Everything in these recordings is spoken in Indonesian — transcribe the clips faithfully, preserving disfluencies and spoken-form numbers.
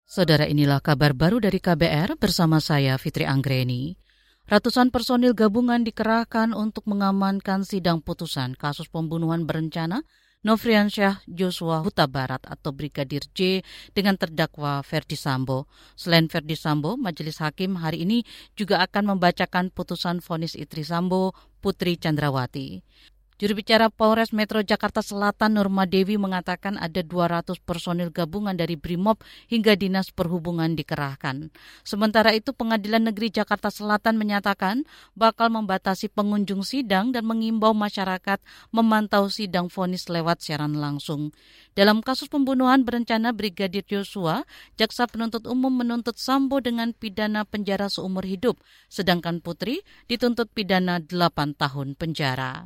Saudara, inilah kabar baru dari K B R bersama saya Fitri Anggreni. Ratusan personil gabungan dikerahkan untuk mengamankan sidang putusan kasus pembunuhan berencana Nofriansyah Joshua Huta Barat atau Brigadir J dengan terdakwa Ferdy Sambo. Selain Ferdy Sambo, Majelis Hakim hari ini juga akan membacakan putusan vonis istri Sambo, Putri Chandrawati. Juru bicara Polres Metro Jakarta Selatan Nurma Dewi mengatakan ada dua ratus personil gabungan dari Brimob hingga Dinas Perhubungan dikerahkan. Sementara itu Pengadilan Negeri Jakarta Selatan menyatakan bakal membatasi pengunjung sidang dan mengimbau masyarakat memantau sidang vonis lewat siaran langsung. Dalam kasus pembunuhan berencana Brigadir Joshua, Jaksa Penuntut Umum menuntut Sambo dengan pidana penjara seumur hidup, sedangkan Putri dituntut pidana delapan tahun penjara.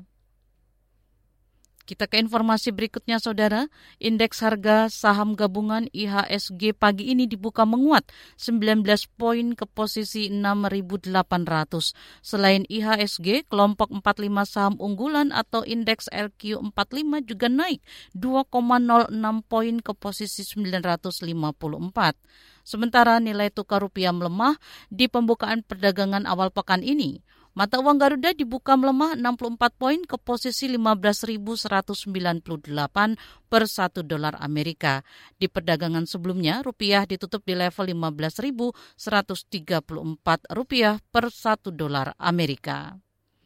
Kita ke informasi berikutnya, Saudara. Indeks harga saham gabungan I H S G pagi ini dibuka menguat sembilan belas poin ke posisi enam ribu delapan ratus. Selain I H S G, kelompok empat puluh lima saham unggulan atau indeks L Q empat puluh lima juga naik dua koma nol enam poin ke posisi sembilan ratus lima puluh empat. Sementara nilai tukar rupiah melemah di pembukaan perdagangan awal pekan ini. Mata uang Garuda dibuka melemah enam puluh empat poin ke posisi lima belas ribu seratus sembilan puluh delapan per satu dolar Amerika. Di perdagangan sebelumnya, rupiah ditutup di level lima belas ribu seratus tiga puluh empat rupiah per satu dolar Amerika.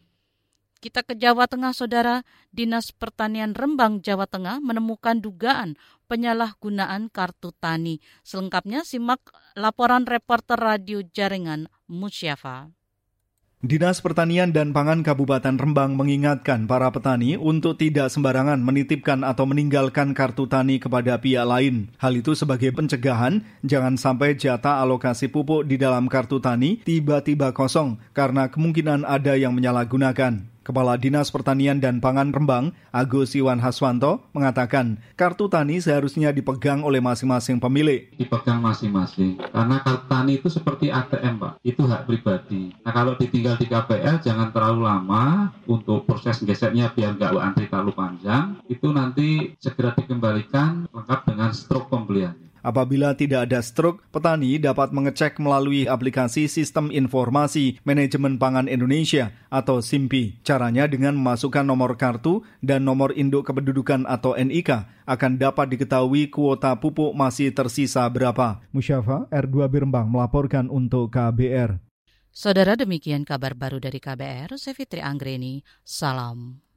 Kita ke Jawa Tengah, Saudara. Dinas Pertanian Rembang, Jawa Tengah menemukan dugaan penyalahgunaan kartu tani. Selengkapnya simak laporan reporter radio jaringan Musyafa. Dinas Pertanian dan Pangan Kabupaten Rembang mengingatkan para petani untuk tidak sembarangan menitipkan atau meninggalkan kartu tani kepada pihak lain. Hal itu sebagai pencegahan, jangan sampai jatah alokasi pupuk di dalam kartu tani tiba-tiba kosong karena kemungkinan ada yang menyalahgunakan. Kepala Dinas Pertanian dan Pangan Rembang, Agus Iwan Haswanto, mengatakan kartu tani seharusnya dipegang oleh masing-masing pemilik. Dipegang masing-masing, karena kartu tani itu seperti A T M, Pak. Itu hak pribadi. Nah, kalau ditinggal di K P L, jangan terlalu lama untuk proses geseknya biar nggak antri terlalu panjang. Itu nanti segera dikembalikan lengkap dengan struk pembelian. Apabila tidak ada struk, petani dapat mengecek melalui aplikasi Sistem Informasi Manajemen Pangan Indonesia atau S I M P I. Caranya dengan memasukkan nomor kartu dan nomor induk kependudukan atau N I K akan dapat diketahui kuota pupuk masih tersisa berapa. Musyafa, R dua Birembang melaporkan untuk K B R. Saudara, demikian kabar baru dari K B R. Saya Fitri Anggreni. Salam.